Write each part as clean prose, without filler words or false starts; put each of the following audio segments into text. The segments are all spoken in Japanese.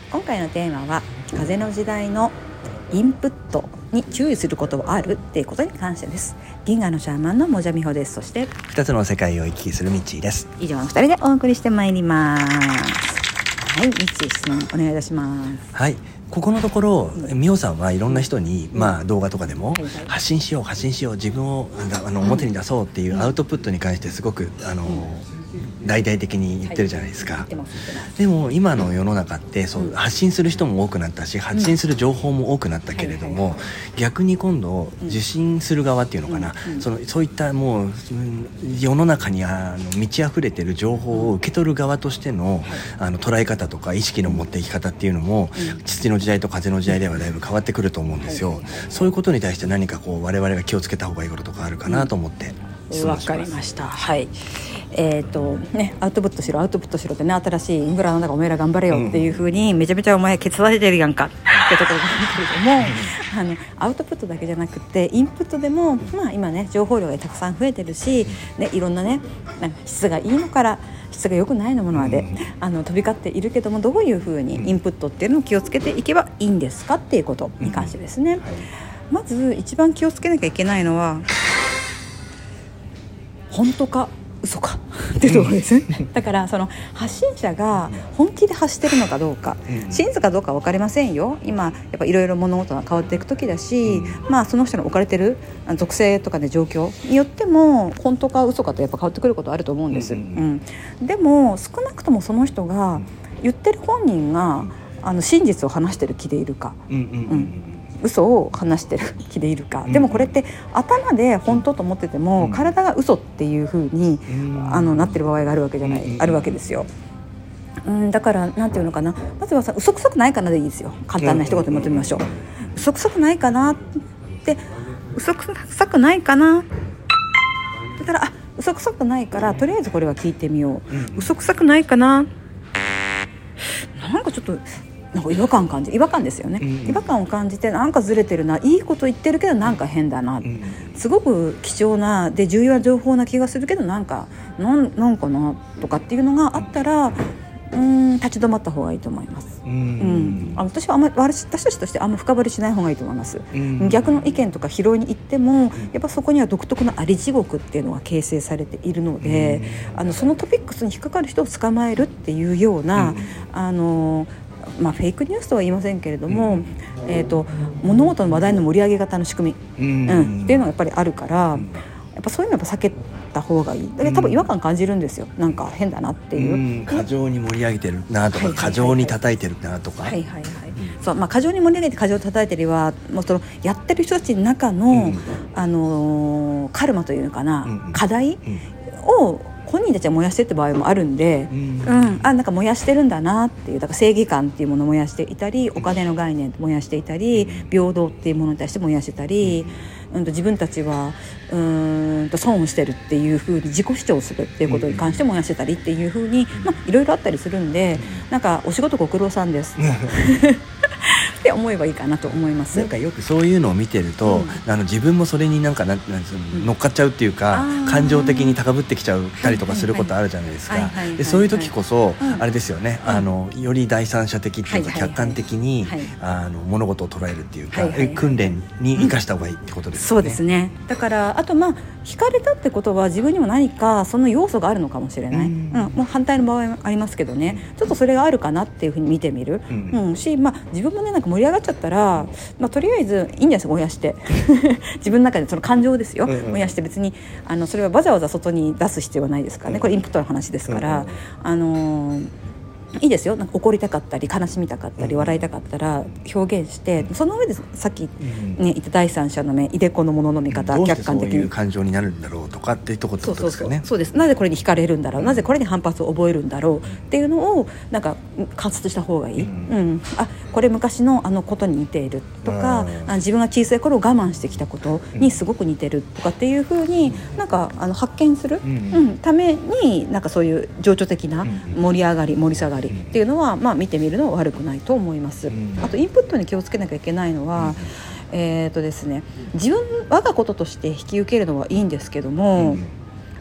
今回のテーマは風の時代のインプットに注意することはあるっていうことに関してです。銀河のシャーマンのもじゃみほです。そして 2つの世界を行き来するミッチーです。 以上の2人でお送りしてまいります。はい、ミッチー質問お願いいたします。 はい、ここのところみおさんはいろんな人に、動画とかでも発信しよう自分を表に出そうっていうアウトプットに関してすごく大々的に言ってるじゃないですか。でも今の世の中ってそう発信する人も多くなったし、発信する情報も多くなったけれども、逆に今度受信する側っていうのかな、そういったもう世の中に満ち溢れてる情報を受け取る側としての捉え方とか意識の持っていき方っていうのも、土の時代と風の時代ではだいぶ変わってくると思うんですよ。そういうことに対して何か我々が気をつけた方がいいこととかあるかなと思って質問します。 わかりました。はい。アウトプットしろってね、新しいインフラなんだからお前ら頑張れよっていう風にめちゃめちゃお前ケツ立ててるやんかってところなんだけれども、アウトプットだけじゃなくてインプットでも、今ね情報量がたくさん増えてるし、いろんなね質がいいのから質が良くないのものまで飛び交っているけども、どういう風にインプットっていうのを気をつけていけばいいんですかっていうことに関してですね。まず一番気をつけなきゃいけないのは本当か嘘かっていうところですだからその発信者が本気で発してるのかどうか、真実かどうかは分かりませんよ。今やっぱいろいろ物事が変わっていく時だし、その人の置かれてる属性とかね状況によっても本当か嘘かとやっぱ変わってくることあると思うんです、でも少なくともその人が言ってる本人が真実を話してる気でいるか、嘘を話してる気でいるか、でもこれって頭で本当と思ってても、体が嘘っていう風になってる場合があるわけじゃない、あるわけですよ。だからなんていうのかな、まずは嘘くさくないかなでいいですよ。簡単な一言で持ってみましょう。嘘くさくないかなって、嘘くさくないかなだから、嘘くさくないからとりあえずこれは聞いてみよう、嘘くさくないかな、なんかちょっと違和感ですよね、違和感を感じてなんかずれてるな、いいこと言ってるけどなんか変だな、すごく貴重なで重要な情報な気がするけどなんかなとかっていうのがあったら、立ち止まった方がいいと思います。私たちとしてあんま深掘りしない方がいいと思います。逆の意見とか拾いに行ってもやっぱそこには独特のあり地獄っていうのが形成されているので、そのトピックスに引っかかる人を捕まえるっていうようなフェイクニュースとは言いませんけれども、物事の話題の盛り上げ方の仕組み、っていうのがやっぱりあるから、やっぱそういうのは避けた方がいい。だけど多分違和感感じるんですよ。なんか変だなっていう、 過剰に盛り上げてるなとか、過剰に叩いてるなとか、 過剰に盛り上げて過剰に叩いてるよりはもうそのやってる人たちの中の、カルマというのかな、課題を本人たちは燃やしてって場合もあるんで、なんか燃やしてるんだなっていう、だから正義感っていうものを燃やしていたり、お金の概念燃やしていたり、平等っていうものに対して燃やしてたり、自分たちは損をしてるっていう風に自己主張するっていうことに関して燃やしてたりっていう風に、いろいろあったりするんで、なんかお仕事ご苦労さんですって思えばいいかなと思います。 なんかよくそういうのを見てると、自分もそれになんか乗っかっちゃうっていうか、感情的に高ぶってきちゃったりとかすることあるじゃないですか。でそういう時こそ、あれですよね、より第三者的っていうか客観的に物事を捉えるっていうか、訓練に生かした方がいいってことですよね。 そうですね。だからあと惹かれたってことは自分にも何かその要素があるのかもしれない、もう反対の場合もありますけどね、ちょっとそれがあるかなっていうふうに見てみる、し、自分もねなんか盛り上がっちゃったら、とりあえずいいんじゃないですか、燃やして自分の中でその感情ですよ、燃やして、別にそれはわざわざ外に出す必要はないですからね。これインプットの話ですから、いいですよ。なんか怒りたかったり悲しみたかったり笑いたかったら表現して、その上でさっき、言った第三者の目、いでこのものの見方、客観的にどうしてそういう感情になるんだろうとかっていうところってことですかね。 そうです。なぜこれに惹かれるんだろう、なぜこれに反発を覚えるんだろうっていうのをなんか観察した方がいい、これ昔のことに似ているとか、自分が小さい頃我慢してきたことにすごく似てるとかっていう風になんか発見する、ためになんかそういう情緒的な盛り上がり盛り下がりっていうのは、見てみるのは悪くないと思います。あとインプットに気をつけなきゃいけないのは、ですね、我がこととして引き受けるのはいいんですけども、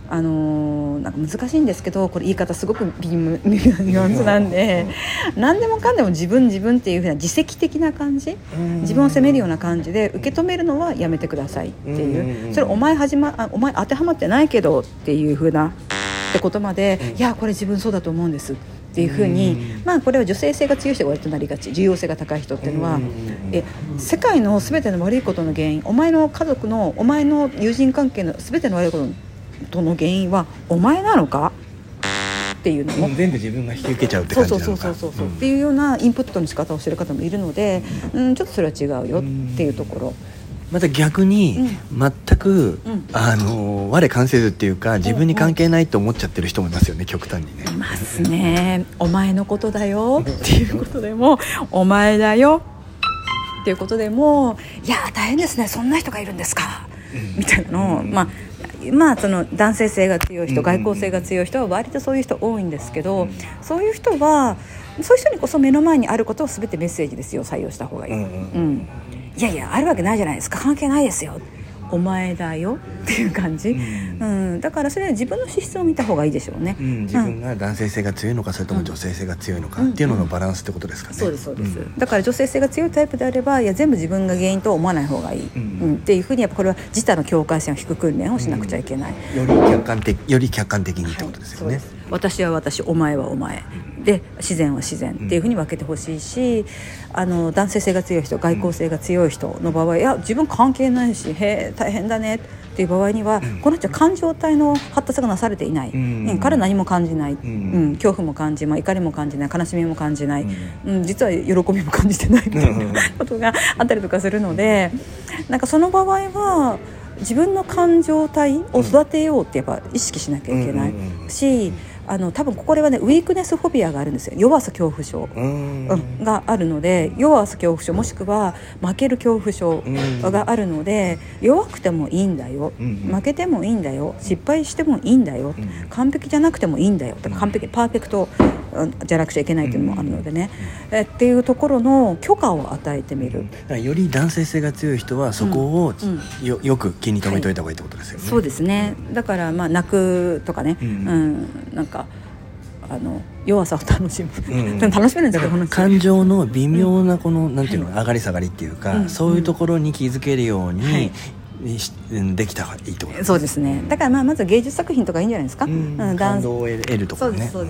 なんか難しいんですけど、これ言い方すごくニュアンスなんで、何でもかんでも自分っていう風な自責的な感じ、自分を責めるような感じで受け止めるのはやめてくださいっていう、それお前当てはまってないけどっていう風なってことまで、いやこれ自分そうだと思うんですっていう風に、これは女性性が強い人が割となりがち、重要性が高い人っていうのは、世界の全ての悪いことの原因、お前の家族の、お前の友人関係の全ての悪いことの原因はお前なのかっていうのも全部自分が引き受けちゃうって感じなのか、 そうっていうようなインプットの仕方をしている方もいるので、ちょっとそれは違うよっていうところ。 また逆に、全く、我関せずっていうか自分に関係ないと思っちゃってる人もいますよね、極端にね。 いますね。お前のことだよっていうことでもお前だよっていうことでも、いや大変ですね、そんな人がいるんですか、みたいなのを、その男性性が強い人、外交性が強い人は割とそういう人多いんですけど、そういう人はそういう人にこそ目の前にあることを全てメッセージですよ、採用した方がいい。いやいやあるわけないじゃないですか、関係ないですよ、お前だよっていう感じ、だからそれは自分の資質を見た方がいいでしょうね、 自分が男性性が強いのかそれとも女性性が強いのかっていうののバランスってことですかね。 そうですそうです、だから女性性が強いタイプであれば、いや全部自分が原因と思わない方がいい、っていうふうにやっぱこれは自他の境界線を引く訓練をしなくちゃいけない、 より客観的にってことですよね、 私は私、お前はお前で、自然は自然っていうふうに分けてほしいし、男性性が強い人、外交性が強い人の場合、いや自分関係ないし、へえ大変だねっていう場合には、この人は感情体の発達がなされていない、彼は何も感じない、恐怖も感じ、怒りも感じない、悲しみも感じない、実は喜びも感じてないみたいなことがあったりとかするので、なんかその場合は自分の感情体を育てようってやっぱ意識しなきゃいけないし、多分これはねウィークネスフォビアがあるんですよ、弱さ恐怖症、があるので、弱さ恐怖症もしくは負ける恐怖症があるので、弱くてもいいんだよ、負けてもいいんだよ、失敗してもいいんだよ、完璧じゃなくてもいいんだよ、完璧パーフェクトじゃなくちゃいけないというのもあるのでね、っていうところの許可を与えてみる。 より男性性が強い人はそこをよく気に留めておいた方がいいってことですよね、 そうですね。だから泣くとかね、なんか弱さを楽しむ、楽しめるんですけど、 感情の微妙なこの、なんていうの、上がり下がりっていうか、そういうところに気づけるように、できた方がいいってことですね。 そうですね。だからまず芸術作品とかいいんじゃないですか、 感動を得るとかね。 そうです、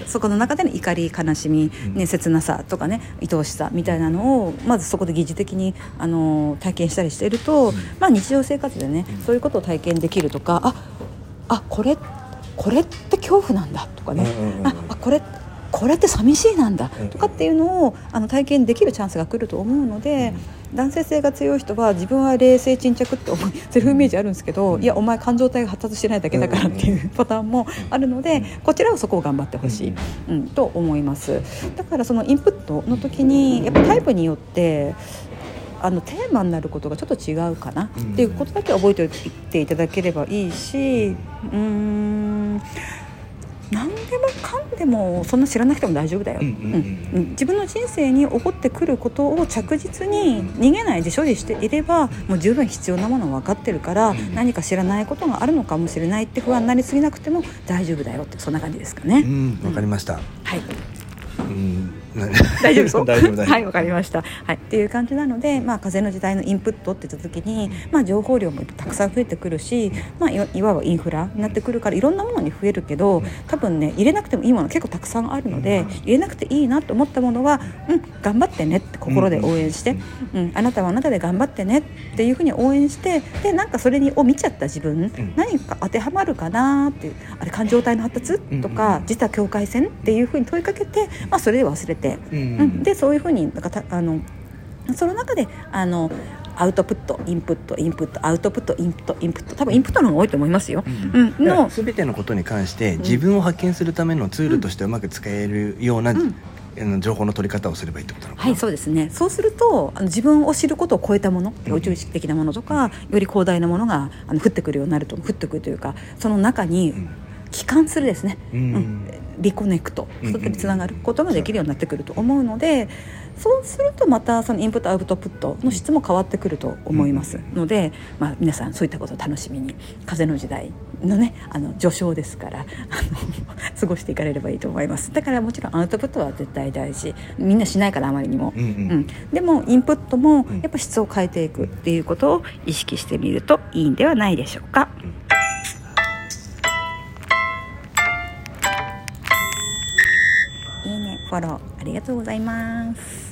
そこの中での怒り、悲しみ、切なさとかね、愛おしさみたいなのをまずそこで疑似的に体験したりしていると、日常生活でねそういうことを体験できるとか、これって恐怖なんだとかね、これって寂しいなんだとかっていうのを体験できるチャンスが来ると思うので、男性性が強い人は自分は冷静沈着ってセルフイメージあるんですけど、いやお前感情体が発達してないだけだからっていうパターンもあるので、こちらはそこを頑張ってほしい、と思います。だからそのインプットの時にやっぱタイプによってテーマになることがちょっと違うかなっていうことだけ覚えておいていただければいいし、何でもかんでもそんな知らなくても大丈夫だよ、自分の人生に起こってくることを着実に逃げないで処理していれば、もう十分必要なものは分かってるから、何か知らないことがあるのかもしれないって不安になりすぎなくても大丈夫だよって、そんな感じですかね。 わかりました。 はい。 大丈夫そう。大丈夫。 はい、わかりました。はい、っていう感じなので、風の時代のインプットって言った時に、情報量もたくさん増えてくるし、いわばインフラになってくるから、いろんなものに増えるけど、多分ね入れなくてもいいもの結構たくさんあるので、入れなくていいなと思ったものは、頑張ってねって心で応援して、あなたはあなたで頑張ってねっていうふうに応援して、でなんかそれを見ちゃった自分、何か当てはまるかなっていう、あれ感情体の発達とか、自他境界線っていうふうに問いかけて、それで忘れて、でそういうふうにその中でアウトプット、インプット、インプット、アウトプット、インプット、インプット、多分インプットの方が多いと思いますよ。 全てのことに関して自分を発見するためのツールとしてうまく使えるような、情報の取り方をすればいいってことなのかな。はい、 そうですね。そうすると自分を知ることを超えたもの、宇宙意識的なものとか、より広大なものが降ってくるようになると、降ってくるというか、その中に帰還するですね、 リコネクト、再びつながることができるようになってくると思うので、そうするとまたそのインプットアウトプットの質も変わってくると思いますので、皆さんそういったことを楽しみに、風の時代のね序章ですから過ごしていかれればいいと思います。だからもちろんアウトプットは絶対大事、みんなしないからあまりにも、でもインプットもやっぱ質を変えていくっていうことを意識してみるといいんではないでしょうか。いいね、フォローありがとうございます。